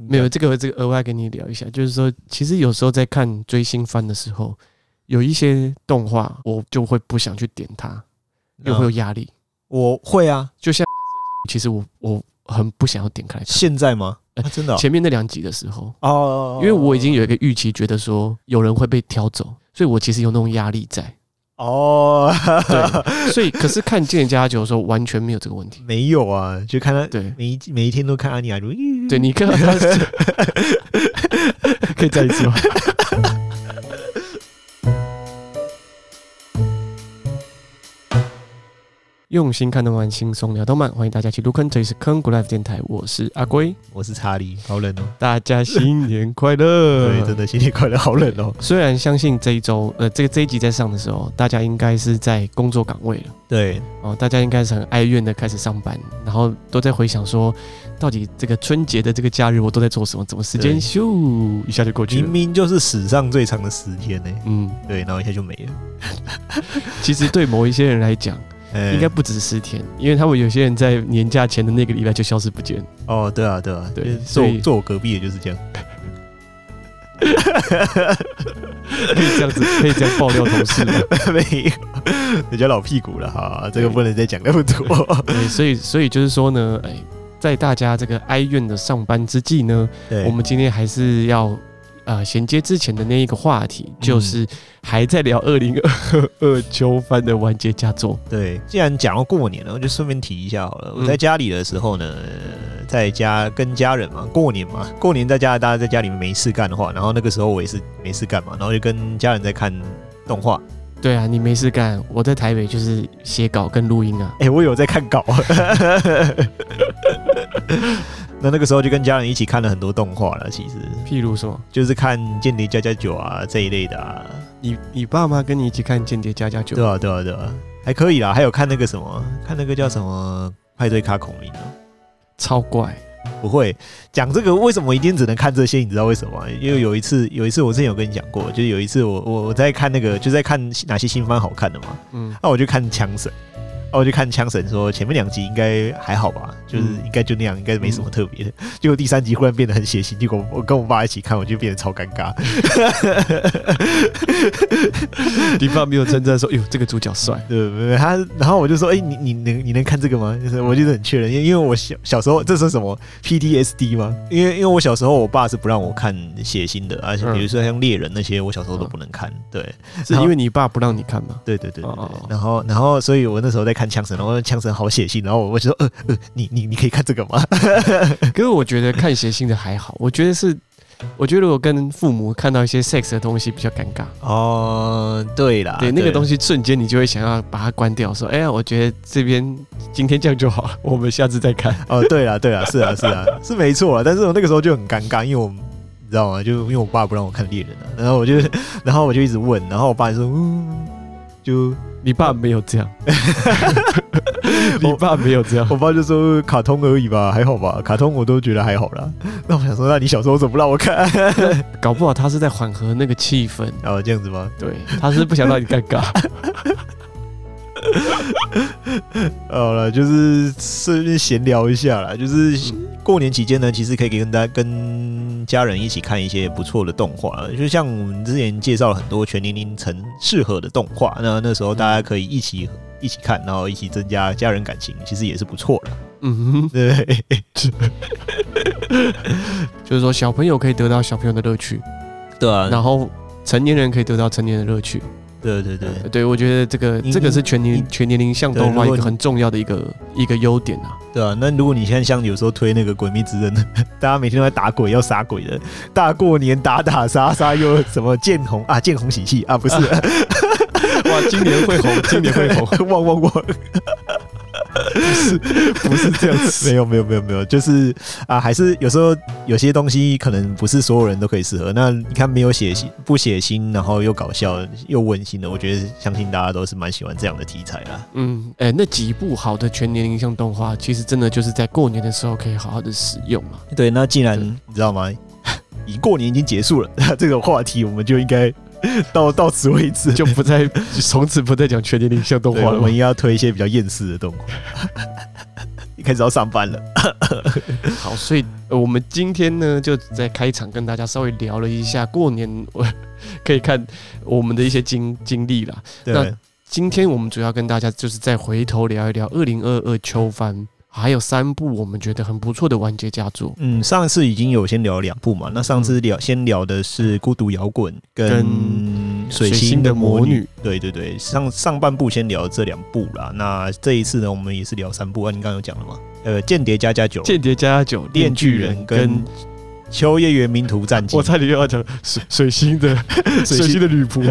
没有这个额外跟你聊一下，就是说，其实有时候在看追星番的时候，有一些动画我就会不想去点它，因为会有压力。 我会啊， 就像其实我很不想要点开来看。 现在吗？真的、 前面那2集的时候哦， 因为我已经有一个预期，觉得说有人会被挑走，所以我其实有那种压力在。 哦， 对，所以可是看《间谍加加酒》的时候完全没有这个问题。 没有啊，就看他对每一天都看阿尼亚， 对，你看到他可以再一次吗？用心看动漫，轻松聊动漫，欢迎大家一起入坑，这里是坑谷 Live 电台，我是阿龟， 我是查理，好冷哦！ 大家新年快乐！ 对，真的新年快乐，好冷哦。 虽然相信这一周，这一集在上的时候，大家应该是在工作岗位了， 对哦，大家应该是很哀怨的开始上班，然后都在回想说，到底这个春节的这个假日我都在做什么？怎么时间咻一下就过去了？ 明明就是史上最长的10天呢。对，然后一下就没了。 其实对某一些人来讲。应该不止10天，因为他们有些人在年假前的那个礼拜就消失不见。 哦，对啊， 对， 坐我隔壁的就是这样。 可以这样爆料同事吗？ 没有，人家老屁股了哈，这个不能再讲那么多。 对，所以就是说呢，在大家这个哀怨的上班之际呢，我们今天还是要衔接之前的那一个话题，就是还在聊2022秋番的完结佳作。 对，既然讲到过年了，我就顺便提一下好了。我在家里的时候呢，在家跟家人嘛，过年在家，大家在家里面没事干的话，然后那个时候我也是没事干嘛，然后就跟家人在看动画。 对啊，你没事干，我在台北就是写稿跟录音啊。 我有在看稿。那个时候就跟家人一起看了很多动画了，其实譬如什么， 就是看《间谍加加酒》啊这一类的啊。 你爸妈跟你一起看《间谍加加酒》？ 对啊，还可以啦。还有看那个什么，看那个叫什么《派对卡孔明》啊， 超怪。 不会讲这个，为什么一定只能看这些？你知道为什么吗？因为有一次我之前有跟你讲过，就是有一次我在看那个，就在看哪些新番好看的嘛。那我就看枪神。我就看枪神说前面2集应该还好吧，就是应该就那样，应该没什么特别的。结果第3集忽然变得很血腥，结果我跟我爸一起看，我就变得超尴尬。 你爸没有称赞说：“哟，这个主角帅。” 对，然后我就说：“你能看这个吗？”就是我就是很确认，因为我小时候这是什么 PTSD 吗？因为我小时候我爸是不让我看血腥的，而且比如说像猎人那些，我小时候都不能看。对， 是因为你爸不让你看吗？ 对。然后，所以我那时候在看枪神，然后枪神好血腥，然后我就说，你可以看这个吗？ 可是我觉得看血腥的还好，我觉得如果跟父母看到一些 sex 的东西比较尴尬。 哦，对啦， 对，那个东西瞬间你就会想要把它关掉，说，我觉得这边今天这样就好了，我们下次再看。 哦，对啦，是啊，是没错啦。但是我那个时候就很尴尬，因为你知道吗？就因为我爸不让我看猎人啊，然后我就一直问，然后我爸就说，就。 你爸没有这样，你爸没有这样， 我爸就说卡通而已吧，还好吧，卡通我都觉得还好啦。那我想说，那你小时候怎么不让我看？ 搞不好他是在缓和那个气氛。 哦，这样子吗？ 对，他是不想让你尴尬。 好了，就是顺便闲聊一下啦。就是过年期间呢，其实可以跟家人一起看一些不错的动画，就像我们之前介绍了很多全年龄层适合的动画，那时候大家可以一起看，然后一起增加家人感情，其实也是不错的。对， 就是说小朋友可以得到小朋友的乐趣， 对啊， 然后成年人可以得到成年的乐趣。对，我觉得这个是全年龄向动画一个很重要的一个优点啊。 对啊，那如果你现在像有时候推那个《鬼灭之刃》，大家每天都在打鬼要杀鬼的，大过年打杀又什么见红喜气啊，不是？ 哇，今年会红， 旺。不是这样子，没有，就是还是有时候有些东西可能不是所有人都可以适合。那你看没有不血腥，然后又搞笑又温馨的，我觉得相信大家都是蛮喜欢这样的题材啦。 那几部好的全年龄向动画，其实真的就是在过年的时候可以好好的使用啊。 对，那既然你知道吗？过年已经结束了，这个话题我们就应该到此为止， 就从此不再讲全年龄向动画了。 我们应该要推一些比较厌世的动画。 开始要上班了。 好，所以我们今天呢，就在开场跟大家稍微聊了一下过年可以看我们的一些经历啦。那今天我们主要跟大家就是再回头聊一聊2022秋番。还有3部我们觉得很不错的完结佳作。 上次已经有先聊2部嘛，那上次先聊的是《孤独摇滚》跟《水星的魔女》。对对对，上半部先聊这2部啦。那这一次呢，我们也是聊3部啊。你刚刚有讲了吗？间谍++9，间谍++9，链锯人跟秋叶原名图战记。 我差点又要讲水星的女仆。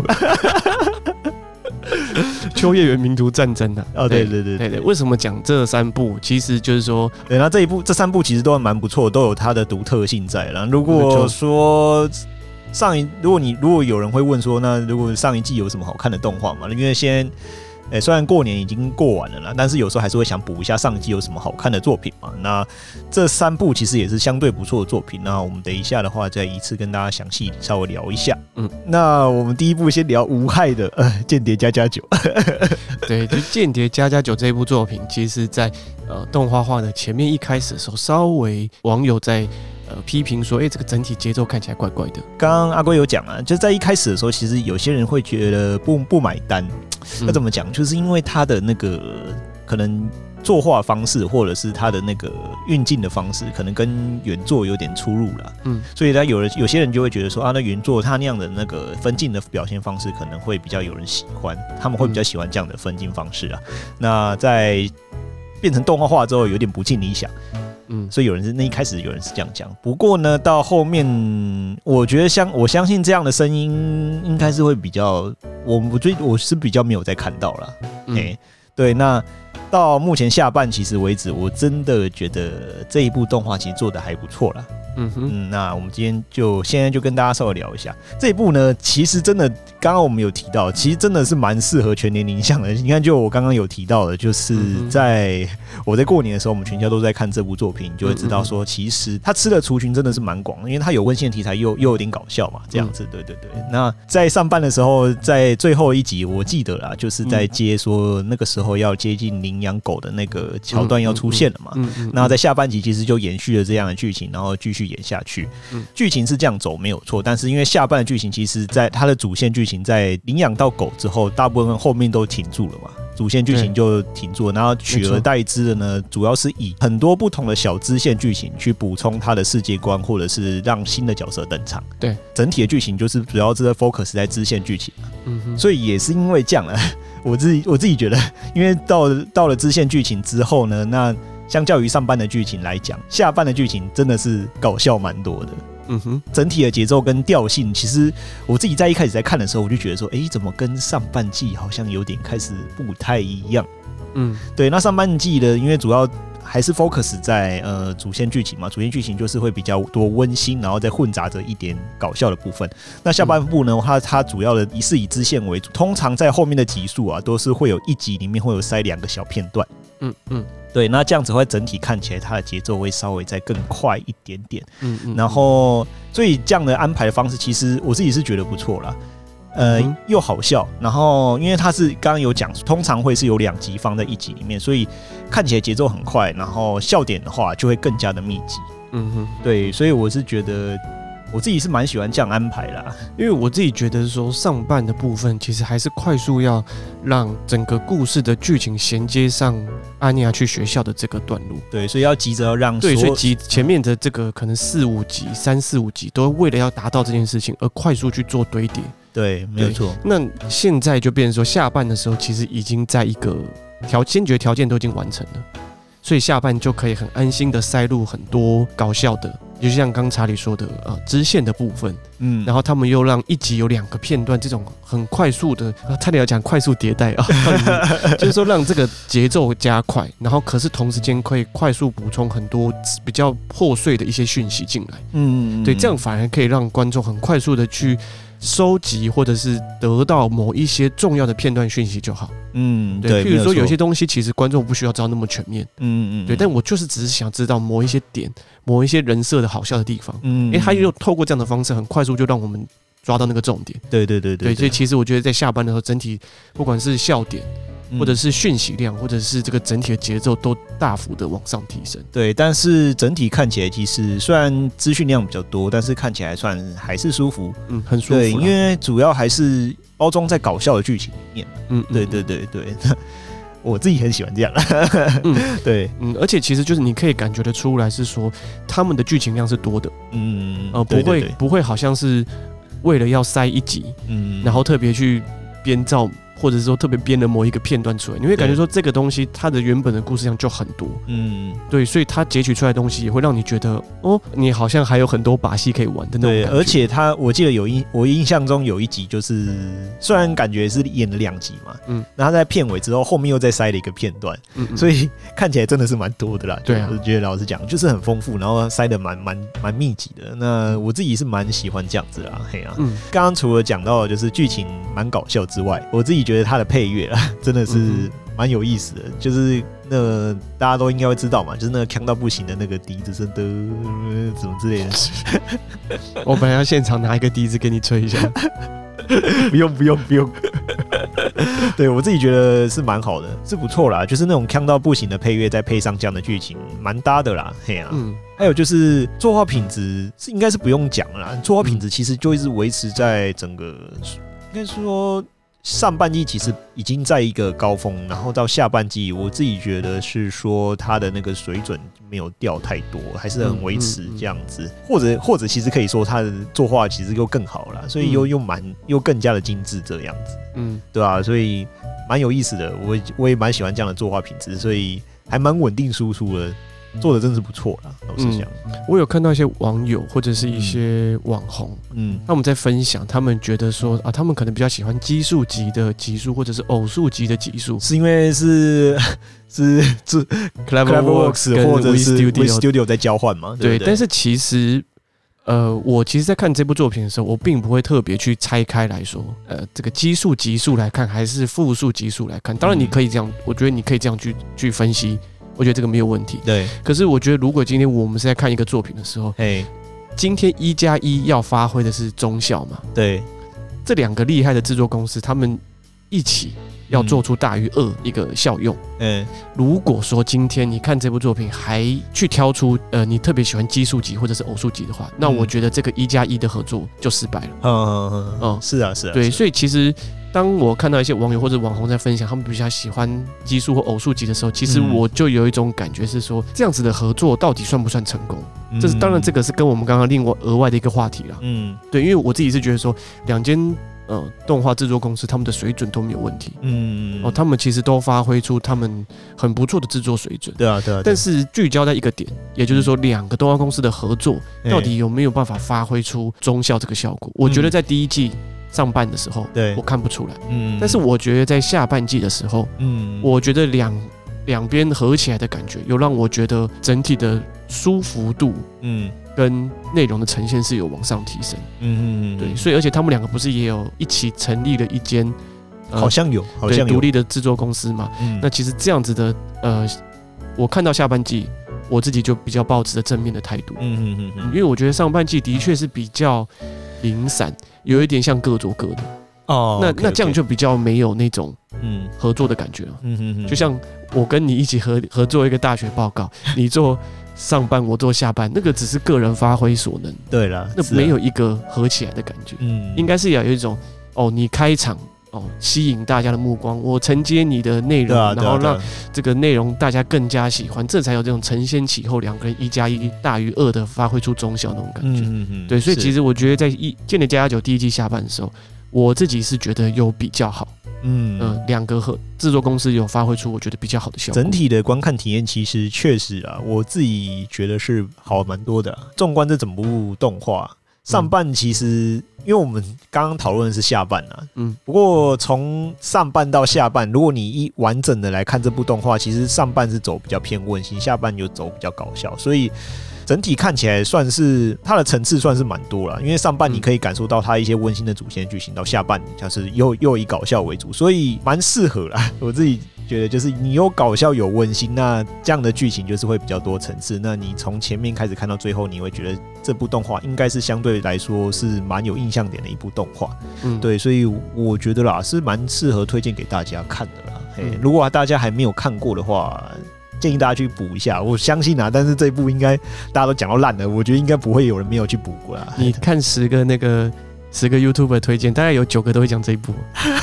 秋叶原名图战争啊！ 对， 为什么讲这3部？其实就是说， 对，那这3部其实都蛮不错，都有它的独特性在啦。如果说如果有人会问说，那如果上一季有什么好看的动画嘛？因为虽然过年已经过完了啦，但是有时候还是会想补一下上一季有什么好看的作品嘛。那这3部其实也是相对不错的作品。那我们等一下的话，再一次跟大家详细稍微聊一下。那我们第一部先聊无害的间谍++9。 对，就间谍++9这一部作品，其实在动画化的前面一开始的时候，稍微网友在批评说，这个整体节奏看起来怪怪的。 刚刚阿龟有讲啊，就在一开始的时候，其实有些人会觉得不买单。那怎么讲？就是因为他的那个可能作画方式，或者是他的那个运镜的方式，可能跟原作有点出入啦。所以有些人就会觉得说那原作他那样的那个分镜的表现方式，可能会比较有人喜欢，他们会比较喜欢这样的分镜方式啊。那在变成动画化之后，有点不尽理想。所以一开始有人是这样讲。不过呢，到后面我觉得我相信这样的声音应该是会比较，我是比较没有再看到啦。对，那到目前下半其实为止，我真的觉得这一部动画其实做的还不错啦。那我们现在就跟大家稍微聊一下这一部呢。其实真的，刚刚我们有提到，其实真的是蛮适合全年龄向的。你看，就我刚刚有提到的，就是我在过年的时候，我们全家都在看这部作品，你就会知道说，其实他吃的族群真的是蛮广的，因为他有温馨的题材，又有点搞笑嘛，这样子。对。那在上班的时候，在最后一集，我记得啦，就是在接说那个时候要接近领养狗的那个桥段要出现了嘛。那在下半集其实就延续了这样的剧情，然后继续演下去。剧情是这样走没有错，但是因为下半的剧情其实在它的主线剧情在领养到狗之后，大部分后面都停住了嘛，主线剧情就停住了，然后取而代之的呢，主要是以很多不同的小支线剧情去补充它的世界观，或者是让新的角色登场。对，整体的剧情就是主要是在 focus 在支线剧情。所以也是因为这样了，我自己觉得，因为到了支线剧情之后呢，那相较于上半的剧情来讲，下半的剧情真的是搞笑蛮多的。整体的节奏跟调性，其实我自己在一开始在看的时候，我就觉得说，怎么跟上半季好像有点开始不太一样。对，那上半季的，因为主要还是 focus 在主线剧情嘛，主线剧情就是会比较多温馨，然后再混杂着一点搞笑的部分。那下半部呢，它主要的是以支线为主，通常在后面的集数啊，都是会有一集里面会有塞2个小片段。对，那这样子会整体看起来它的节奏会稍微再更快一点点。然后所以这样的安排的方式，其实我自己是觉得不错啦。又好笑，然后因为它是刚刚有讲，通常会是有2集放在1集里面，所以看起来节奏很快，然后笑点的话就会更加的密集。对，所以我是觉得我自己是蛮喜欢这样安排啦， 因为我自己觉得说上半的部分其实还是快速要让整个故事的剧情衔接上安妮亚去学校的这个段落。 对，所以要急着要让对，所以前面的这个可能3、5集、3、4、5集都为了要达到这件事情而快速去做堆叠。 对，没有错。 那现在就变成说，下半的时候其实已经在一个先决条件都已经完成了，所以下半就可以很安心的塞入很多搞笑的，就像刚查理说的支线的部分。然后他们又让一集有2个片段，这种很快速的，差点要讲快速迭代啊，就是说让这个节奏加快，然后可是同时间可以快速补充很多比较破碎的一些讯息进来。对，这样反而可以让观众很快速的去收集或者是得到某一些重要的片段讯息就好。对，譬如说有些东西其实观众不需要知道那么全面。对，但我就是只是想知道某一些点，某一些人设的好笑的地方。他又透过这样的方式很快速就让我们抓到那个重点。对，所以其实我觉得在下班的时候，整体不管是笑点， 或者是讯息量，或者是这个整体的节奏都大幅的往上提升。 对，但是整体看起来其实虽然资讯量比较多，但是看起来还是舒服， 很舒服。 对，因为主要还是包装在搞笑的剧情里面。对。我自己很喜欢这样，对， 而且其实就是你可以感觉得出来，是说他们的剧情量是多的，不会好像是为了要塞一集，然后特别去编造，或者是说特别编了某一个片段出来，你会感觉说这个东西它的原本的故事量就很多，对，所以它截取出来的东西也会让你觉得，你好像还有很多把戏可以玩的那种感觉。 对，而且我记得我印象中有一集就是，虽然感觉是演了2集嘛，然后在片尾之后，后面又再塞了一个片段，所以看起来真的是蛮多的啦。对啊，我觉得老实讲，就是很丰富，然后塞的蛮密集的。那我自己是蛮喜欢这样子啦，嘿啊。刚刚除了讲到就是剧情蛮搞笑之外，我自己觉得它的配乐啦，真的是蛮有意思的，就是那大家都应该会知道嘛，就是那个强到不行的那个笛子声的什么之类的。 我本来要现场拿一个笛子给你吹一下。 不用。对，我自己觉得是蛮好的，是不错啦，就是那种强到不行的配乐，再配上这样的剧情，蛮搭的啦，嘿啊。还有就是作画品质应该是不用讲啦，作画品质其实就一直维持在整个应该说。上半季其实已经在一个高峰，然后到下半季，我自己觉得是说它的那个水准没有掉太多，还是很维持这样子，或者其实可以说它的作画其实又更好了，所以又更加的精致这样子，对吧？所以蛮有意思的，我也蛮喜欢这样的作画品质，所以还蛮稳定输出的。做的真是不错啦，老实讲。 我有看到一些网友或者是一些网红，他们在分享，他们觉得说他们可能比较喜欢奇数级的集数，或者是偶数级的集数， 是因为是 Cleverworks 或者是 WeStudio 在交换嘛？对， 但是其实。我其实，在看这部作品的时候，我并不会特别去拆开来说，这个奇数级数来看，还是复数级数来看。当然，你可以这样，我觉得你可以这样去分析。我觉得这个没有问题。 对。 可是我觉得，如果今天我们是在看一个作品的时候，今天1+1要发挥的是中效嘛？ 对。 这2个厉害的制作公司，他们一起要做出大于2一个效用。如果说今天你看这部作品，还去挑出你特别喜欢奇数级或者是偶数级的话，那我觉得这个1+1的合作就失败了。 是啊。 对，所以其实。当我看到一些网友或者网红在分享他们比较喜欢奇数或偶数级的时候，其实我就有一种感觉是说，这样子的合作到底算不算成功？当然这个是跟我们刚刚另外额外的一个话题啦。对，因为我自己是觉得说，2间动画制作公司他们的水准都没有问题。他们其实都发挥出他们很不错的制作水准。 对啊。 但是聚焦在一个点，也就是说2个动画公司的合作到底有没有办法发挥出中效这个效果？我觉得在第1季。上半的时候，我看不出来。但是我觉得在下半季的时候，我觉得两边合起来的感觉，有让我觉得整体的舒服度，跟内容的呈现是有往上提升。对，所以而且他们2个不是也有一起成立了一间， 好像有独立的制作公司嘛？那其实这样子的，我看到下半季，我自己就比较抱持着正面的态度。因为我觉得上半季的确是比较零散。有一点像各做各的那这样就比较没有那种合作的感觉了。就像我跟你一起合作一个大学报告，你做上班，我做下班，那个只是个人发挥所能。 对了， 那没有一个合起来的感觉。应该是要有一种你开场吸引大家的目光，我承接你的内容，然后让这个内容大家更加喜欢，这才有这种承先启后，2个人1+1大于2的发挥出中效那种感觉。对，所以其实我觉得在《间谍加加9》第1季下半的时候，我自己是觉得有比较好。2个制作公司有发挥出我觉得比较好的效果。 整体的观看体验其实确实我自己觉得是好蛮多的。纵观这整部动画。上半其实，因为我们刚刚讨论的是下半不过从上半到下半，如果你完整的来看这部动画，其实上半是走比较偏温馨，下半就走比较搞笑，所以整体看起来算是它的层次算是蛮多啦。因为上半你可以感受到它一些温馨的主线剧情，到下半就是又以搞笑为主，所以蛮适合啦。我自己觉得就是你有搞笑有温馨，那这样的剧情就是会比较多层次。那你从前面开始看到最后，你会觉得这部动画应该是相对来说是蛮有印象点的一部动画。对，所以我觉得啦是蛮适合推荐给大家看的啦。 如果大家还没有看过的话，建议大家去补一下。我相信啊，但是这一部应该大家都讲到烂了，我觉得应该不会有人没有去补过啦。 你看10个YouTuber 推荐，大概有9个都会讲这一部。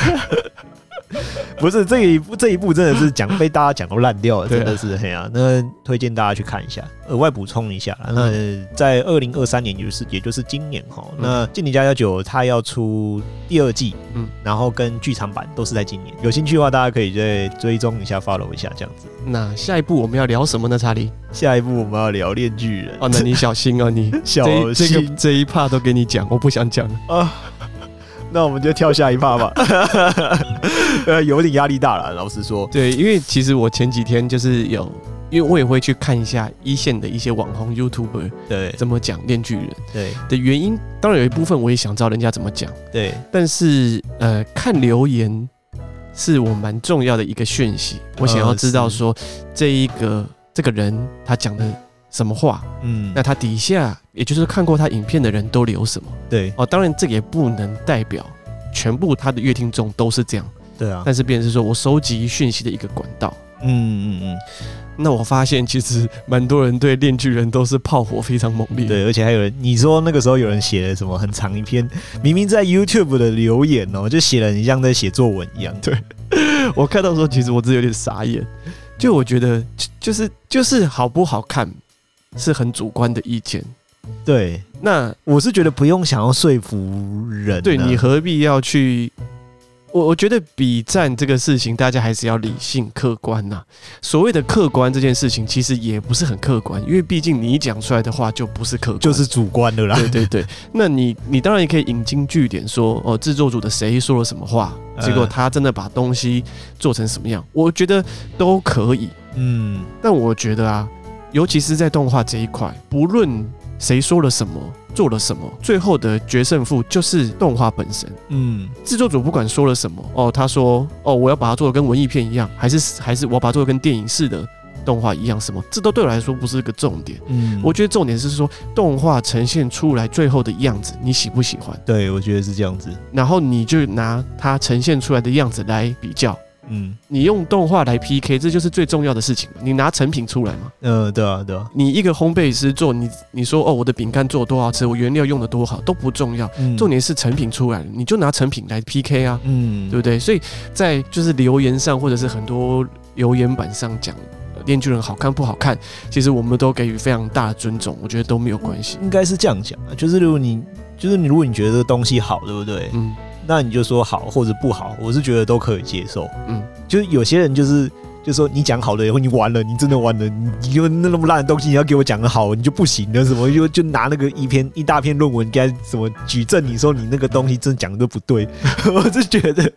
不是这一部真的是被大家讲到烂掉了，真的是那推荐大家去看一下。额外补充一下，那在2023年，也就是今年那《间谍家家酒》它要出第2季，然后跟剧场版都是在今年。有兴趣的话，大家可以再追踪一下 ，follow 一下这样子。 那下一步我们要聊什么呢，查理？ 下一步我们要聊《链锯人》 哦，那你小心哦，你小心这一 part 都给你讲，我不想讲啊。那我们就跳下一 part 吧。有点压力大了，老实说。 对，因为其实我前几天就是因为我也会去看一下一线的一些网红 YouTuber 对怎么讲《链锯人》 对的原因，当然有一部分我也想知道人家怎么讲， 对， 但是看留言是我蛮重要的一个讯息，我想要知道说这个人他讲的什么话，那他底下也就是看过他影片的人都留什么，对哦，当然这也不能代表全部他的乐听众都是这样，对啊，但是变成是说我收集讯息的一个管道，那我发现其实蛮多人对《链锯人》都是炮火非常猛烈， 对，而且还有人，你说那个时候有人写了什么很长一篇，明明在 YouTube 的留言就写了很像在写作文一样， 对，我看到的时候其实我真的有点傻眼，就我觉得就是好不好看是很主观的意见， 对，那我是觉得不用想要说服人， 对，你何必要去？我觉得比战这个事情，大家还是要理性客观呐。所谓的客观这件事情，其实也不是很客观，因为毕竟你讲出来的话就不是客观， 就是主观的啦。 对对对，那你当然也可以引经据典说，制作组的谁说了什么话，结果他真的把东西做成什么样，我觉得都可以。但我觉得啊，尤其是在动画这一块，不论谁说了什么，做了什么，最后的决胜负就是动画本身。制作组不管说了什么，他说我要把它做的跟文艺片一样，还是我要把它做的跟电影式的动画一样，什么，这都对我来说不是个重点。我觉得重点是说动画呈现出来最后的样子，你喜不喜欢？ 对，我觉得是这样子。 然后你就拿它呈现出来的样子来比较。你用动画来 PK， 这就是最重要的事情。你拿成品出来嘛？ 对啊，对啊。 你一个烘焙师做，你说我的饼干做多好吃，我原料用的多好都不重要，重点是成品出来了，你就拿成品来 PK 啊，对不对？所以在就是留言上或者是很多留言板上讲《链锯人》好看不好看，其实我们都给予非常大的尊重，我觉得都没有关系。 应该是这样讲，就是如果你觉得这个东西好，对不对？那你就说好或者不好，我是觉得都可以接受。就是有些人就是说你讲好了以后，你完了，你真的完了，你就那么烂的东西，你要给我讲的好，你就不行了，什么就拿那个一大篇论文该什么举证，你说你那个东西真讲的不对，我是觉得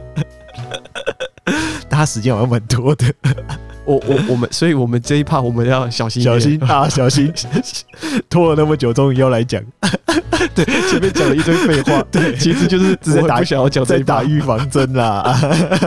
大家时间好像蛮多的。 所以我们这一 part 我们要小心小心啊，小心！拖了那么久，终于要来讲。 对，前面讲了一堆废话，对，其实就是只是不想要讲这一 part， 在打预防针啦。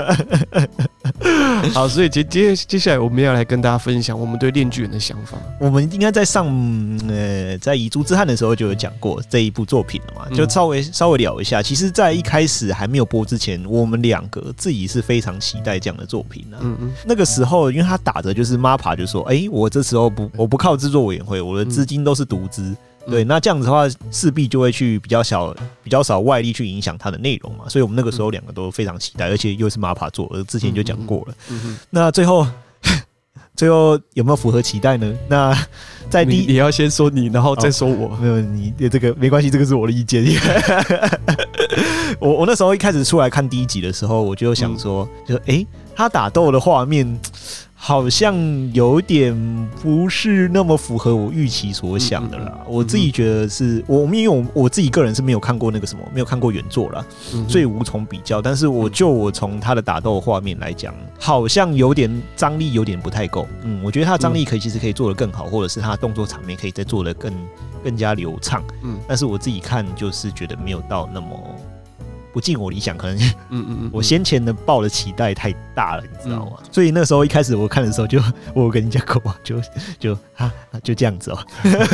好，所以接下来我们要来跟大家分享我们对《链锯人》的想法。 我们应该在在遗珠之憾的时候就有讲过这一部作品了嘛，就稍微聊一下。其实，在一开始还没有播之前，我们两个自己是非常期待这样的作品的。那个时候，因为他打着就是 MAPPA 就说，我这时候我不靠制作委员会，我的资金都是独资。对，那这样子的话，势必就会去比较少外力去影响它的内容嘛，所以我们那个时候两个都非常期待，而且又是 MAPPA 做的，之前就讲过了。那最后有没有符合期待呢？那在你要先说你，然后再说我。 没有，你这个没关系，这个是我的意见。我那时候一开始出来看第1集的时候，我就想说，他打斗的画面好像有点不是那么符合我预期所想的啦。我自己觉得是因为我自己个人是没有看过那个没有看过原作啦，所以无从比较。但是我从他的打斗画面来讲，好像有点张力有点不太够。我觉得他的张力其实可以做得更好，或者是他的动作场面可以再做得更加流畅。但是我自己看就是觉得没有到那么不尽我理想，可能我先前的抱的期待太大了，你知道吗？所以那时候一开始我看的时候我有跟你讲过嘛，就这样子哦。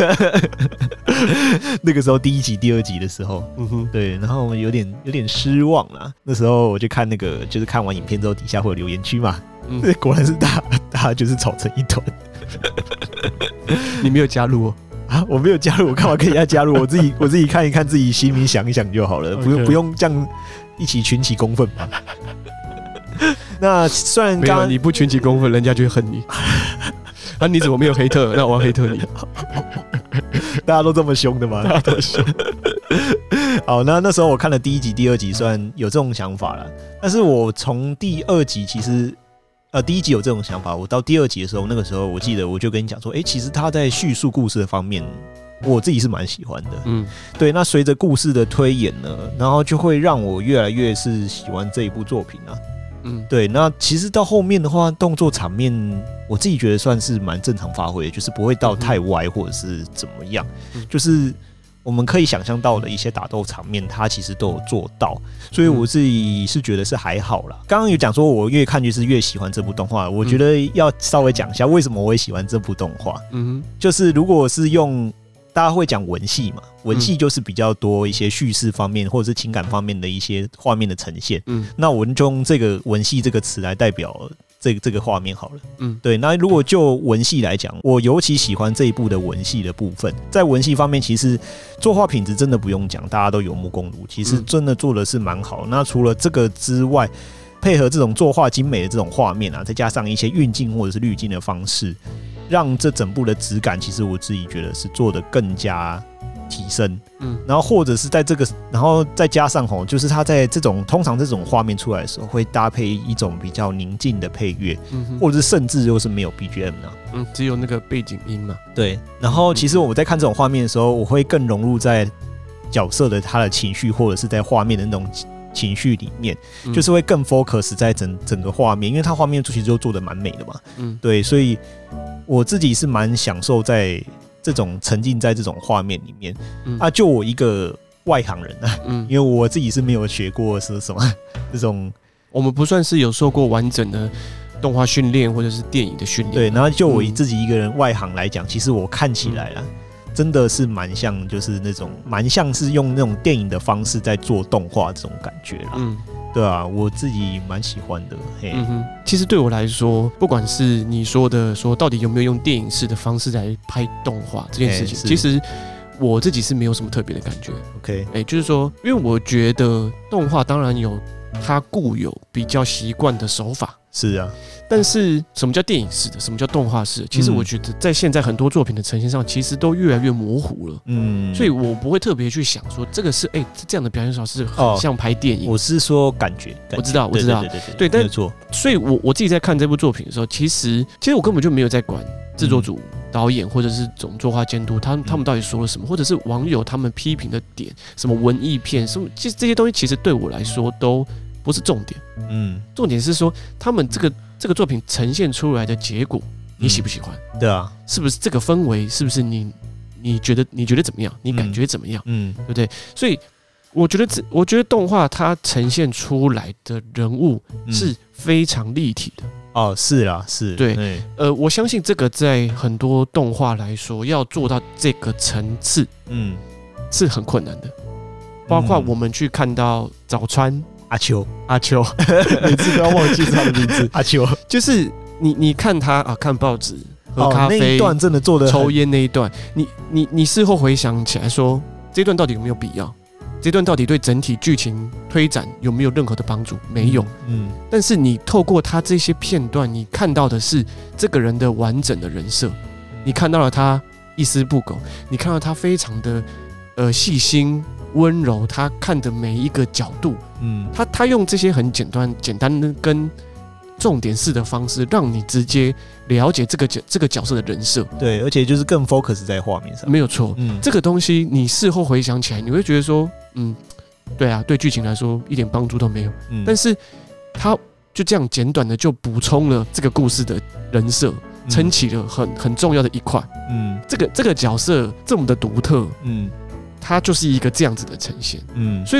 那个时候第1集、第2集的时候，对，然后有点失望啦。那时候我就看那个，就是看完影片之后底下会有留言区嘛，果然是大家就是吵成一团。 你没有加入哦？ 啊，我没有加入，我干嘛跟人家加入？我自己看一看，自己心里想一想就好了，不用这样一起群起公愤嘛。那虽然刚刚你不群起公愤，人家就会恨你。啊，你怎么没有黑特？那我要黑特你。 大家都这么凶的吗？大家都凶。好，那时候我看了第1集、第2集，虽然有这种想法啦，但是我从第2集其实。第1集有这种想法，我到第2集的时候，那个时候我记得我就跟你讲说，其实他在叙述故事的方面，我自己是蛮喜欢的。对。那随着故事的推演呢，然后就会让我越来越是喜欢这一部作品啊。对。那其实到后面的话，动作场面我自己觉得算是蛮正常发挥的，就是不会到太歪或者是怎么样，就是我们可以想象到的一些打斗场面，它其实都有做到，所以我自己是觉得是还好啦。刚刚有讲说，我越看就是越喜欢这部动画，我觉得要稍微讲一下为什么我会喜欢这部动画。就是如果是用大家会讲文戏嘛，文戏就是比较多一些叙事方面或者是情感方面的一些画面的呈现。那我们就用这个文戏这个词来代表这个画面好了。对。那如果就文戏来讲，我尤其喜欢这一部的文戏的部分。在文戏方面，其实作画品质真的不用讲，大家都有目共睹，其实真的做的是蛮好。那除了这个之外，配合这种作画精美的这种画面啊，再加上一些运镜或者是滤镜的方式，让这整部的质感，其实我自己觉得是做得更加提升。然后或者是在这个，然后再加上就是它在通常这种画面出来的时候，会搭配一种比较宁静的配乐，或者是甚至又是没有 BGM 啊， 只有那个背景音嘛。 对。然后其实我在看这种画面的时候，我会更融入在角色的他的情绪，或者是在画面的那种情绪里面，就是会更 focus 在整个画面，因为它画面其实就做得蛮美的嘛。对。所以我自己是蛮享受在这种沉浸在这种画面里面。就我一个外行人啊，因为我自己是没有学过是什么这种， 我们不算是有受过完整的动画训练或者是电影的训练。 对。然后就我自己一个人外行来讲，其实我看起来啊，真的是蛮像，就是那种蛮像是用那种电影的方式在做动画这种感觉啦。对啊，我自己蛮喜欢的。 其实对我来说，不管是你说的说到底有没有用电影式的方式来拍动画这件事情，其实我自己是没有什么特别的感觉。 OK， 就是说，因为我觉得动画当然有它固有比较习惯的手法。 是啊。 但是什么叫电影式的，什么叫动画式的？其实我觉得在现在很多作品的呈现上，其实都越来越模糊了。所以我不会特别去想说这个是这样的表现手法是很像拍电影。 我是说感觉。 我知道。对，但所以我自己在看这部作品的时候，其实我根本就没有在管制作组、导演或者是总作画监督他们到底说了什么，或者是网友他们批评的点，什么文艺片，什么其实这些东西其实对我来说都不是重点。重点是说他们这个作品呈现出来的结果，你喜不喜欢？ 对啊， 是不是这个氛围？是不是你觉得怎么样？你感觉怎么样？对不对？所以我觉得动画它呈现出来的人物是非常立体的。 是啦，是。 对。我相信这个在很多动画来说，要做到这个层次，是很困难的。包括我们去看到早川。 阿秋， 每次都要忘记他的名字。 阿秋， 就是你看他看报纸、喝咖啡， 那一段真的做的抽烟那一段，你事后回想起来说，这段到底有没有必要？这段到底对整体剧情推展有没有任何的帮助？没有。但是你透过他这些片段，你看到的是这个人的完整的人设，你看到了他一丝不苟，你看到他非常的细心。温柔，他看的每一个角度，他用这些很简单的跟重点式的方式，让你直接了解这个角色的人设。 对，而且就是更 focus 在画面上。 没有错。这个东西你事后回想起来，你会觉得说，对啊，对剧情来说一点帮助都没有。但是他就这样简短的就补充了这个故事的人设，撑起了很重要的一块。这个角色这么的独特。它就是一个这样子的呈现。所以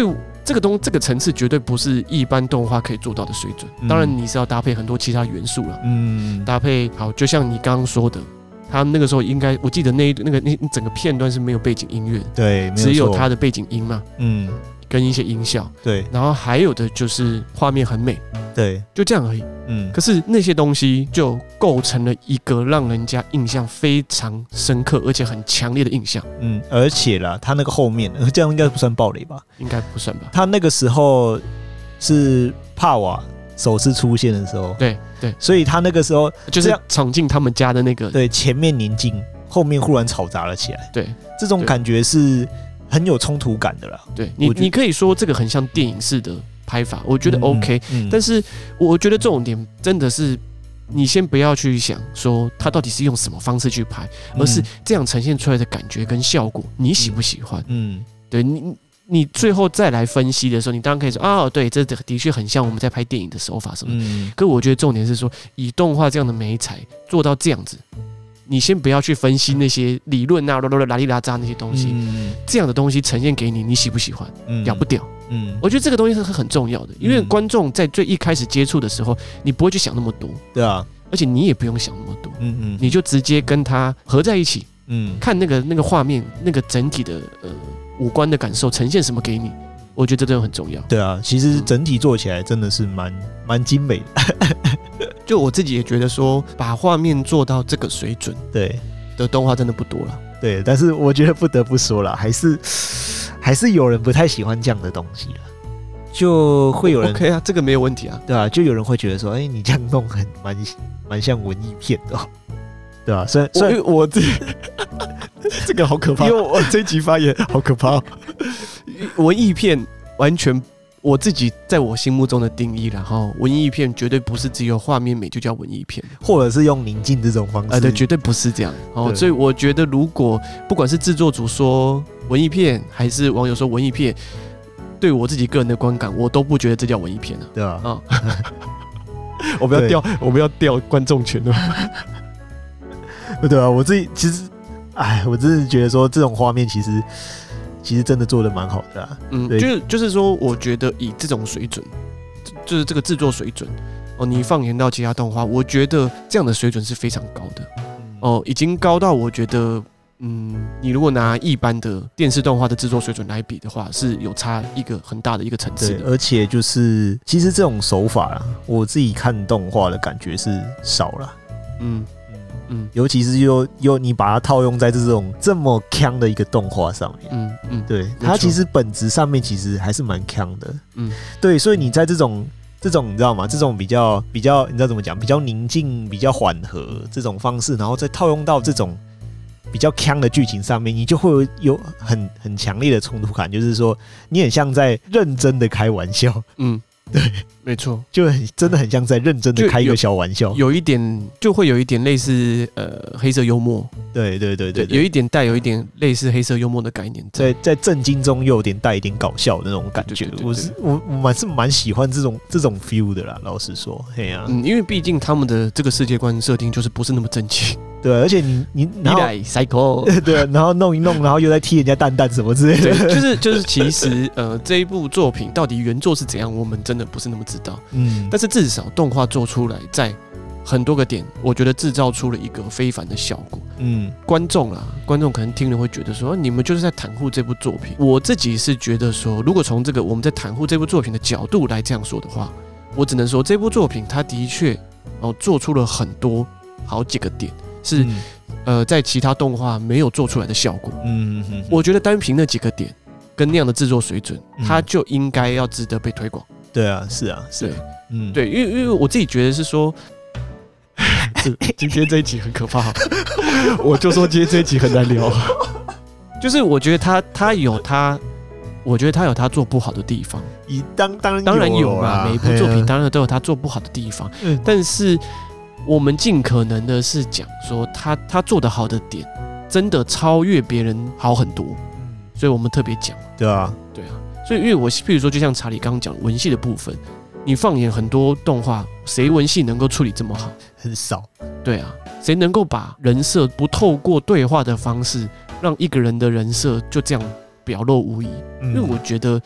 这个层次绝对不是一般动画可以做到的水准。当然你是要搭配很多其他元素了，搭配好，就像你刚刚说的，他那个时候应该，我记得那整个片段是没有背景音乐的， 对， 只有他的背景音嘛，跟一些音效， 对， 然后还有的就是画面很美， 对， 就这样而已。可是那些东西就构成了一个让人家印象非常深刻而且很强烈的印象。 而且啦，他那个后面这样应该不算暴雷吧？ 应该不算吧？ 他那个时候是帕瓦首次出现的时候， 对， 所以他那个时候就是闯进他们家的那个， 对，前面宁静，后面忽然吵杂了起来， 对， 这种感觉是很有冲突感的啦。 对，你可以说这个很像电影式的拍法，我觉得 OK，但是我觉得重点真的是你先不要去想说他到底是用什么方式去拍，而是这样呈现出来的感觉跟效果，你喜不喜欢？对你最后再来分析的时候，你当然可以说啊，对，这的确很像我们在拍电影的手法什么的。可我觉得重点是说，以动画这样的媒材做到这样子，你先不要去分析那些理论啊、拉里拉扎那些东西，这样的东西呈现给你，你喜不喜欢？屌不屌？我觉得这个东西是很重要的，因为观众在最一开始接触的时候，你不会去想那么多， 对啊， 而且你也不用想那么多，你就直接跟他合在一起，看那个画面，那个整体的五官的感受呈现什么给你，我觉得这真的很重要。 对啊，其实整体做起来真的是蛮精美的。 就我自己也觉得说，把画面做到这个水准， 对的动画真的不多了。 对，但是我觉得不得不说了，还是有人不太喜欢这样的东西了，就会有人 OK 啊，这个没有问题啊， 对啊，就有人会觉得说，你这样弄蛮像文艺片的，对啊，所以我这个好可怕，因为我这一集发言好可怕。文艺片完全我自己在我心目中的定义，然后文艺片绝对不是只有画面美就叫文艺片， 或者是用宁静这种方式， 对，绝对不是这样。所以我觉得，如果不管是制作组说文艺片，还是网友说文艺片，对我自己个人的观感，我都不觉得这叫文艺片啊。 对啊， 我不要掉观众权了。 对啊，我自己其实，我真是觉得说这种画面其实真的做的蛮好的啊。 就是说，我觉得以这种水准，就是这个制作水准，你放眼到其他动画，我觉得这样的水准是非常高的。已经高到我觉得，你如果拿一般的电视动画的制作水准来比的话，是有差一个很大的一个层次的。 对，而且就是其实这种手法啦，我自己看动画的感觉是少了。尤其是又你把它套用在这种这么鏘的一个动画上面，对，它其实本质上面其实还是蛮鏘的，对，所以你在这种你知道吗？这种比较你知道怎么讲？比较宁静、比较缓和这种方式，然后再套用到这种比较鏘的剧情上面，你就会有很强烈的冲突感，就是说你很像在认真的开玩笑，对， 没错， 就真的很像在认真的开一个小玩笑， 会有一点类似黑色幽默， 对， 带有一点类似黑色幽默的概念， 在震惊中又有点带一点搞笑的那种感觉。我是蛮喜欢这种 feel 的啦，老实说，嘿啊， 因为毕竟他们的这个世界观设定就是不是那么正经。 对，而且你来 psycho， 对， 然后弄一弄，然后又在踢人家蛋什么之类的，就是其实这一部作品到底原作是怎样，我们真的不是那么知道。但是至少动画做出来，在很多个点，我觉得制造出了一个非凡的效果。观众可能听了会觉得说，你们就是在袒护这部作品。我自己是觉得说，如果从这个我们在袒护这部作品的角度来这样说的话，我只能说这部作品它的确做出了很多好几个点。是在其他动画没有做出来的效果。我觉得单凭那几个点跟那样的制作水准，它就应该要值得被推广。 对啊，是啊， 对，因为我自己觉得是说，今天这一集很可怕，我就说今天这一集很难聊。就是我觉得他有他做不好的地方，当然有嘛，每一部作品当然都有他做不好的地方，但是。我们尽可能的是讲说他做的好的点，真的超越别人好很多，所以我们特别讲。 对啊， 所以因为譬如说，就像查理刚刚讲文戏的部分，你放眼很多动画，谁文戏能够处理这么好？ 很少。 对啊，谁能够把人设不透过对话的方式，让一个人的人设就这样表露无遗？因为我觉得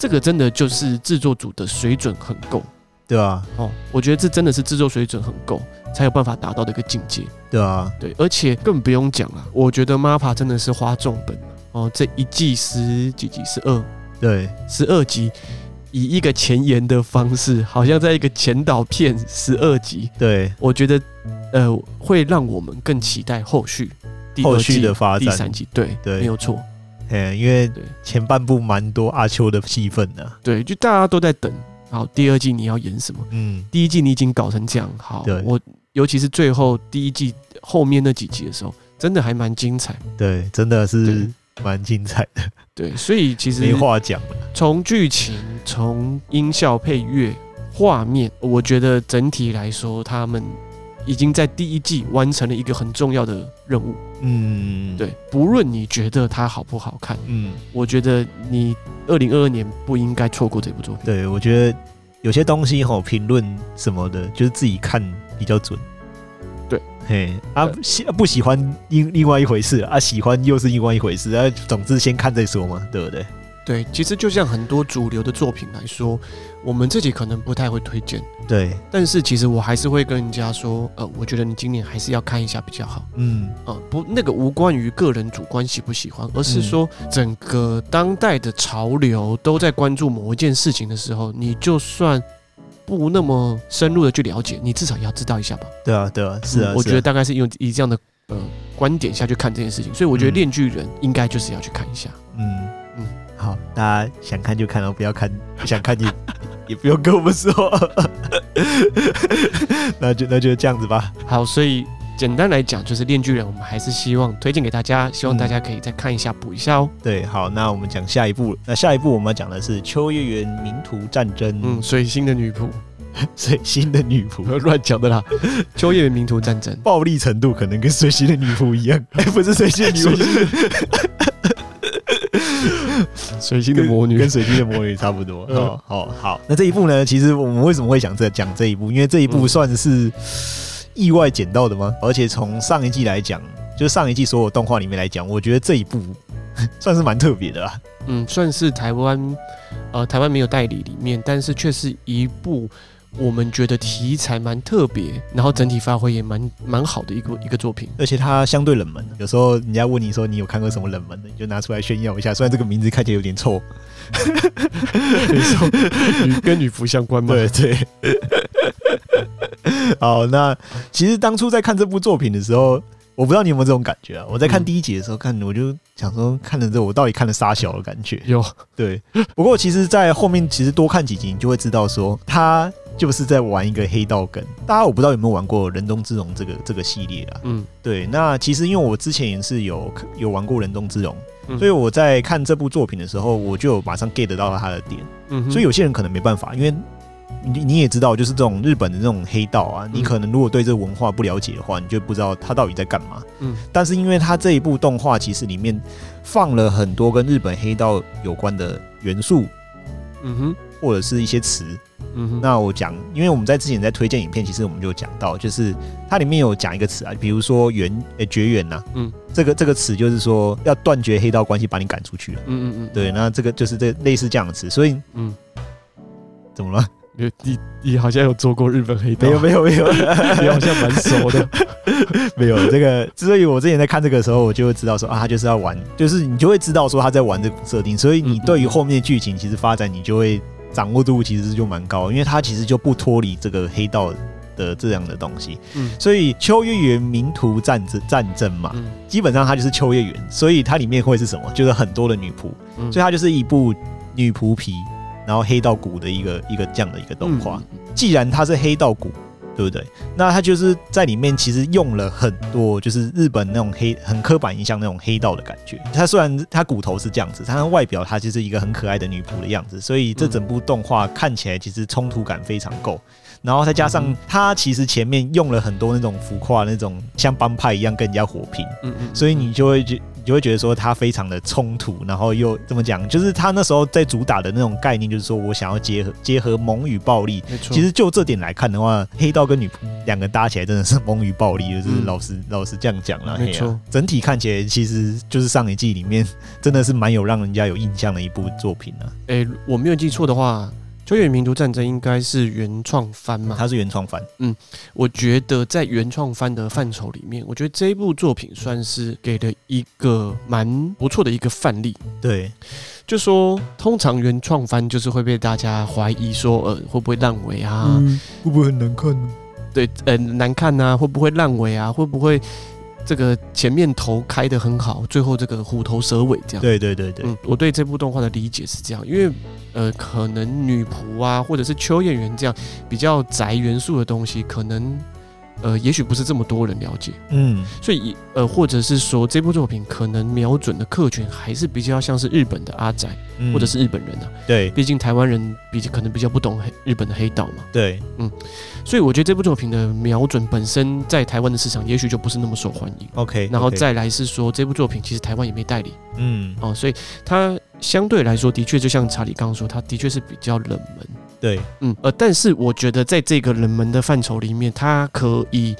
这个真的就是制作组的水准很够， 对啊， 我觉得这真的是制作水准很够，才有办法达到的一个境界， 对啊， 对，而且更不用讲了，我觉得 MAPPA 真的是花重本这一季10几集，12，对，12集。以一个前言的方式，好像在一个前导片12集，对，我觉得会让我们更期待后续第2季的发展， 第3季，对，没有错。 因为前半部蛮多阿秋的戏份的， 对，就大家都在等，好，第2季你要演什么？第1季你已经搞成这样，好，我尤其是最后第1季后面那几集的时候，真的还蛮精彩， 对，真的是蛮精彩的， 对，所以其实没话讲了。 从剧情、从音效、配乐、画面，我觉得整体来说，他们已经在第1季完成了一个很重要的任务。对，不论你觉得它好不好看，我觉得你2022年不应该错过这部作品。 对，我觉得有些东西评论什么的，就是自己看比较准。对，不喜欢另外一回事啊，喜欢又是另外一回事啊。总之先看再说嘛，对不对？ 对，其实就像很多主流的作品来说，我们自己可能不太会推荐， 对， 但是其实我还是会跟人家说，我觉得你今年还是要看一下比较好。不，那个无关于个人主观喜不喜欢，而是说整个当代的潮流都在关注某一件事情的时候，你就算不那么深入的去了解，你至少也要知道一下吧。 对啊，对啊，是啊， 我觉得大概是以这样的观点下去看这件事情，所以我觉得《链锯人》应该就是要去看一下。 好，大家想看就看哦，不要看，不想看也不用跟我们说。那就这样子吧。 好，所以简单来讲，就是《链锯人》，我们还是希望推荐给大家，希望大家可以再看一下，补一下哦。 对，好，那我们讲下一部。那下一部我们要讲的是《秋叶原冥途战争》。 水星的女仆。 水星的女仆， 乱讲的啦。秋叶原冥途战争， 暴力程度可能跟水星的女仆一样。不是水星的女仆。 水星的魔女跟水星的魔女差不多。好，那这一部呢？其实我们为什么会想讲这一部？因为这一部算是意外捡到的吗？而且从上一季来讲，就是上一季所有动画里面来讲，我觉得这一部算是蛮特别的啦。 算是台湾没有代理里面，但是却是一部我们觉得题材蛮特别，然后整体发挥也蛮好的一个作品， 而且它相对冷门。有时候人家问你说你有看过什么冷门的，你就拿出来炫耀一下。虽然这个名字看起来有点臭， 你说跟女仆相关吗？ 对。好，那其实当初在看这部作品的时候，我不知道你有没有这种感觉啊？我在看第1集的时候看，我就想说，看了之后我到底看了啥小的感觉？ 有， 对。不过其实，在后面其实多看几集，你就会知道说，他就是在玩一个黑道梗。大家我不知道有没有玩过《人中之龙》这个系列啊？对。那其实因为我之前也是有玩过《人中之龙》，所以我在看这部作品的时候，我就马上 get 到他的点。所以有些人可能没办法，因为你也知道，就是这种日本的这种黑道啊，你可能如果对这个文化不了解的话，你就不知道他到底在干嘛。但是因为他这一部动画其实里面放了很多跟日本黑道有关的元素，或者是一些词。那我讲，因为我们在之前在推荐影片，其实我们就讲到，就是它里面有讲一个词啊，比如说绝缘呐，这个词就是说要断绝黑道关系，把你赶出去了。对，那这个就是类似这样的词，所以怎么了？ 你好像有做过日本黑道？ 没有，你好像蛮熟的。 没有这个，所以我之前在看这个的时候，我就会知道说他就是要玩，就是你就会知道说他在玩这个设定，所以你对于后面的剧情其实发展，你就会掌握度其实就蛮高，因为他其实就不脱离这个黑道的这样的东西。所以秋叶原冥途战争嘛，基本上它就是秋叶原，所以它里面会是什么？就是很多的女仆，所以它就是一部女仆皮。然后黑道谷的一个这样的一个动画，既然它是黑道谷，对不对？那它就是在里面其实用了很多就是日本那种很刻板印象那种黑道的感觉。它虽然它骨头是这样子，它外表它就是一个很可爱的女仆的样子，所以这整部动画看起来其实冲突感非常够。然后再加上它其实前面用了很多那种浮夸那种像帮派一样跟人家火拼，所以你就会你就会觉得说它非常的冲突，然后又怎么讲，就是他那时候在主打的那种概念，就是说我想要结合萌与暴力。其实就这点来看的话，黑道跟女仆两个搭起来真的是萌与暴力，就是老实这样讲啦。 没错， 整体看起来其实就是上一季里面真的是蛮有让人家有印象的一部作品啊。 我没有记错的话，秋叶原民族战争应该是原创番嘛？ 它是原创番。 我觉得在原创番的范畴里面，我觉得这一部作品算是给了一个蛮不错的一个范例。 对， 就说通常原创番就是会被大家怀疑说，会不会烂尾啊？ 会不会很难看呢？ 对，难看啊，会不会烂尾啊？会不会这个前面头开得很好，最后这个虎头蛇尾这样？ 对， 我对这部动画的理解是这样，因为可能女仆啊，或者是秋叶原这样比较宅元素的东西，可能也许不是这么多人了解，所以或者是说这部作品可能瞄准的客群还是比较像是日本的阿宅，或者是日本人啊， 对， 毕竟台湾人可能比较不懂日本的黑道嘛， 对， 所以我觉得这部作品的瞄准本身在台湾的市场也许就不是那么受欢迎 ，OK， 然后再来是说这部作品其实台湾也没代理，所以它相对来说的确就像查理刚刚说，它的确是比较冷门。 对， 但是我觉得在这个冷门的范畴里面，它可以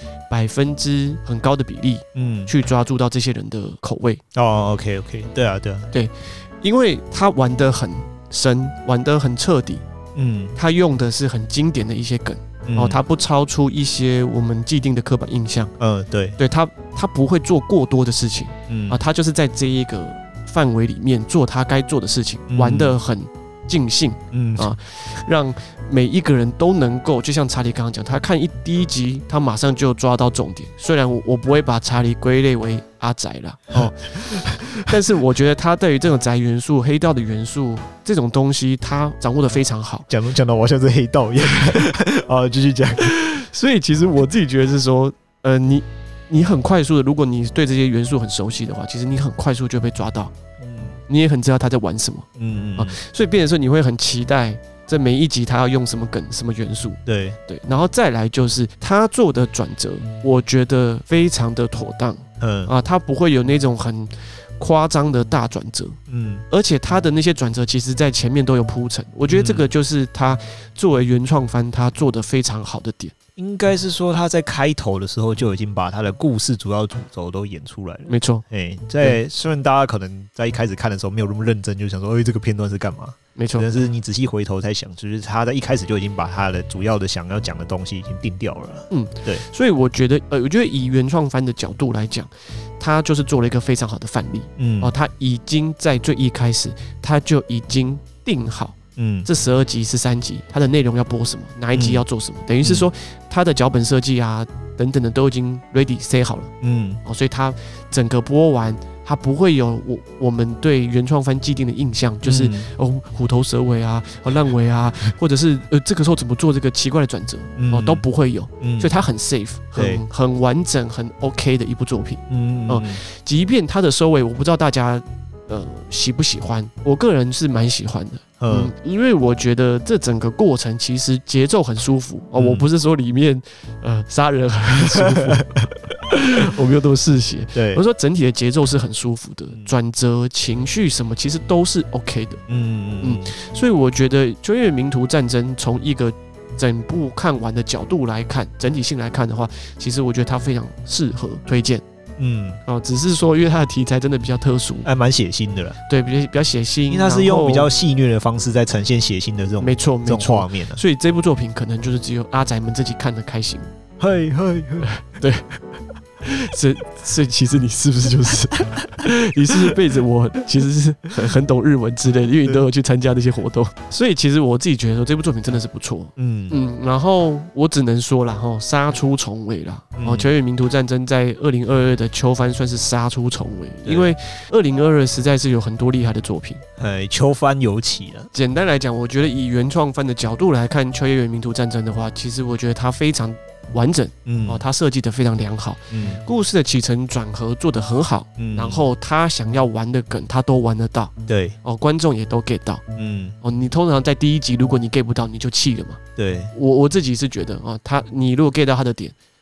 100%很高的比例，去抓住到这些人的口味。 OK， 对啊， 因为他玩得很深，玩得很彻底，他用的是很经典的一些梗，他不超出一些我们既定的刻板印象，对，他不会做过多的事情，他就是在这一个范围里面做他该做的事情，玩得很尽兴，让每一个人都能够，就像查理刚刚讲，他看第一集，他马上就抓到重点。虽然我不会把查理归类为阿宅啦，但是我觉得他对于这种宅元素、黑道的元素这种东西，他掌握得非常好。 讲到我像是黑道一样，继续讲。 所以其实我自己觉得是说，你很快速的，如果你对这些元素很熟悉的话，其实你很快速就被抓到。你也很知道他在玩什么，所以变成说你会很期待这每一集他要用什么梗、什么元素，对，然后再来就是他做的转折，我觉得非常的妥当，他不会有那种很夸张的大转折，而且他的那些转折其实在前面都有铺陈，我觉得这个就是他作为原创番他做的非常好的点。 应该是说他在开头的时候就已经把他的故事主要主轴都演出来了。 没错， 虽然大家可能在一开始看的时候没有那么认真，就想说，这个片段是干嘛？ 没错， 但是你仔细回头才想，就是他在一开始就已经把他的主要的想要讲的东西已经定掉了。对。所以我觉得以原创番的角度来讲，他就是做了一个非常好的范例。他已经在最一开始他就已经定好。这12集、13集，它的内容要播什么，哪一集要做什么，等于是说它的脚本设计啊等等的都已经 ready say 好了。所以它整个播完，它不会有我们对原创番既定的印象，就是虎头蛇尾啊、烂尾啊，或者是这个时候怎么做这个奇怪的转折，都不会有。所以它很 safe， 很完整、很 OK 的一部作品。即便它的收尾，我不知道大家喜不喜欢，我个人是蛮喜欢的。因为我觉得这整个过程其实节奏很舒服我不是说里面杀人很舒服，我没有多嗜血。对，我说整体的节奏是很舒服的，转折、情绪什么其实都是 OK 的。所以我觉得《秋叶原民族战争》从一个整部看完的角度来看，整体性来看的话，其实我觉得它非常适合推荐。只是说因为它的题材真的比较特殊， 还蛮血腥的了。 对，比较血腥，因为它是用比较戏谑的方式在呈现血腥的这种， 没错， 这种画面所以这部作品可能就是只有阿宅们自己看得开心。对。所以其实你是不是就是你是不是背着我其实是很懂日文之类的，因为你都有去参加那些活动，所以其实我自己觉得说这部作品真的是不错。然后我只能说啦杀出重围啦。秋叶原民族战争在2022的秋番算是杀出重围，因为2022实在是有很多厉害的作品， 秋番尤其了。 简单来讲，我觉得以原创番的角度来看秋叶原民族战争的话，其实我觉得它非常完整，它设计的非常良好，故事的起承转合做得很好，然后他想要玩的梗他都玩得到，对，观众也都 get 到，你通常在第一集如果你 get 不到你就气了嘛，对，我自己是觉得你如果 get 到他的点，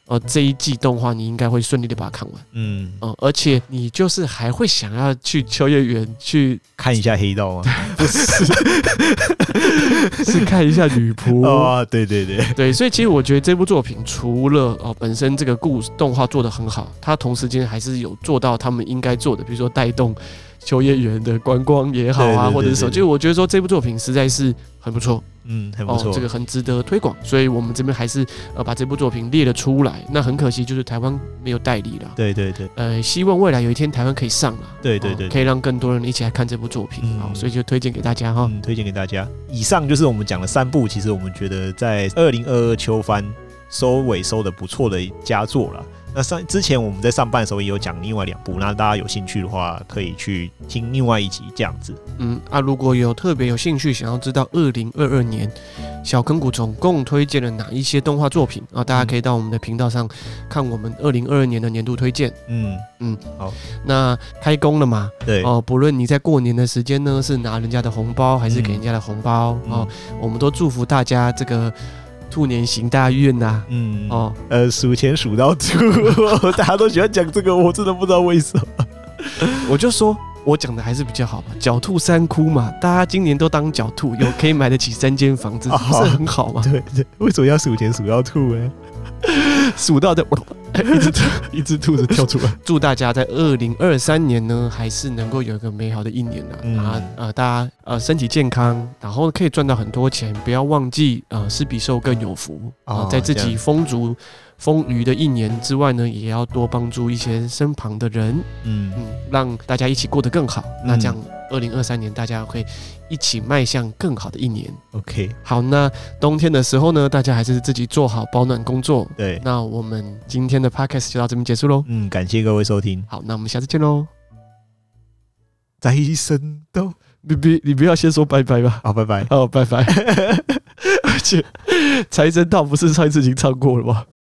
这一季动画你应该会顺利的把它看完。而且你就是还会想要去秋叶原去看一下黑道吗？ 不是，是看一下女仆。对，所以其实我觉得这部作品除了本身这个动画做得很好，它同时间还是有做到他们应该做的，比如说带动秋叶原的观光也好啊，或者是什么，就我觉得说这部作品实在是很不错， 很不错， 这个很值得推广，所以我们这边还是把这部作品列了出来。那很可惜就是台湾没有代理了， 对， 希望未来有一天台湾可以上了， 对， 可以让更多人一起来看这部作品，所以就推荐给大家哈， 推荐给大家。以上就是我们讲了3部，其实我们觉得在2022秋番收尾收的不错的佳作了。那之前我们在上半的时候也有讲另外2部，那大家有兴趣的话可以去听另外一集这样子。 如果有特别有兴趣想要知道2022年小坑谷总共推荐了哪一些动画作品大家可以到我们的频道上看我们2022年的年度推荐。 好， 那开工了嘛？ 对不论你在过年的时间呢是拿人家的红包还是给人家的红包我们都祝福大家这个兔年行大运呐！ 数钱数到吐，大家都喜欢讲这个，我真的不知道为什么。 我就说，我讲的还是比较好吧，狡兔3窟嘛，大家今年都当狡兔，有可以买得起3间房子，不是很好吗？ 对，为什么要数钱数到吐呢？ 数到一只兔子跳出来。祝大家在2023年呢，还是能够有一个美好的一年大家身体健康，然后可以赚到很多钱，不要忘记施比受更有福在自己丰足丰腴的一年之外呢，也要多帮助一些身旁的人，让大家一起过得更好。那这样2023年大家会一起迈向更好的一年。 OK， 好，那冬天的时候呢，大家还是自己做好保暖工作。 对， 那我们今天的 podcast 就到这边结束喽。 感谢各位收听。 好，那我们下次见喽。 财神到， 你不要先说拜拜吧。 好，拜拜。 好，拜拜。而且财神到不是上一次已经唱过了吗？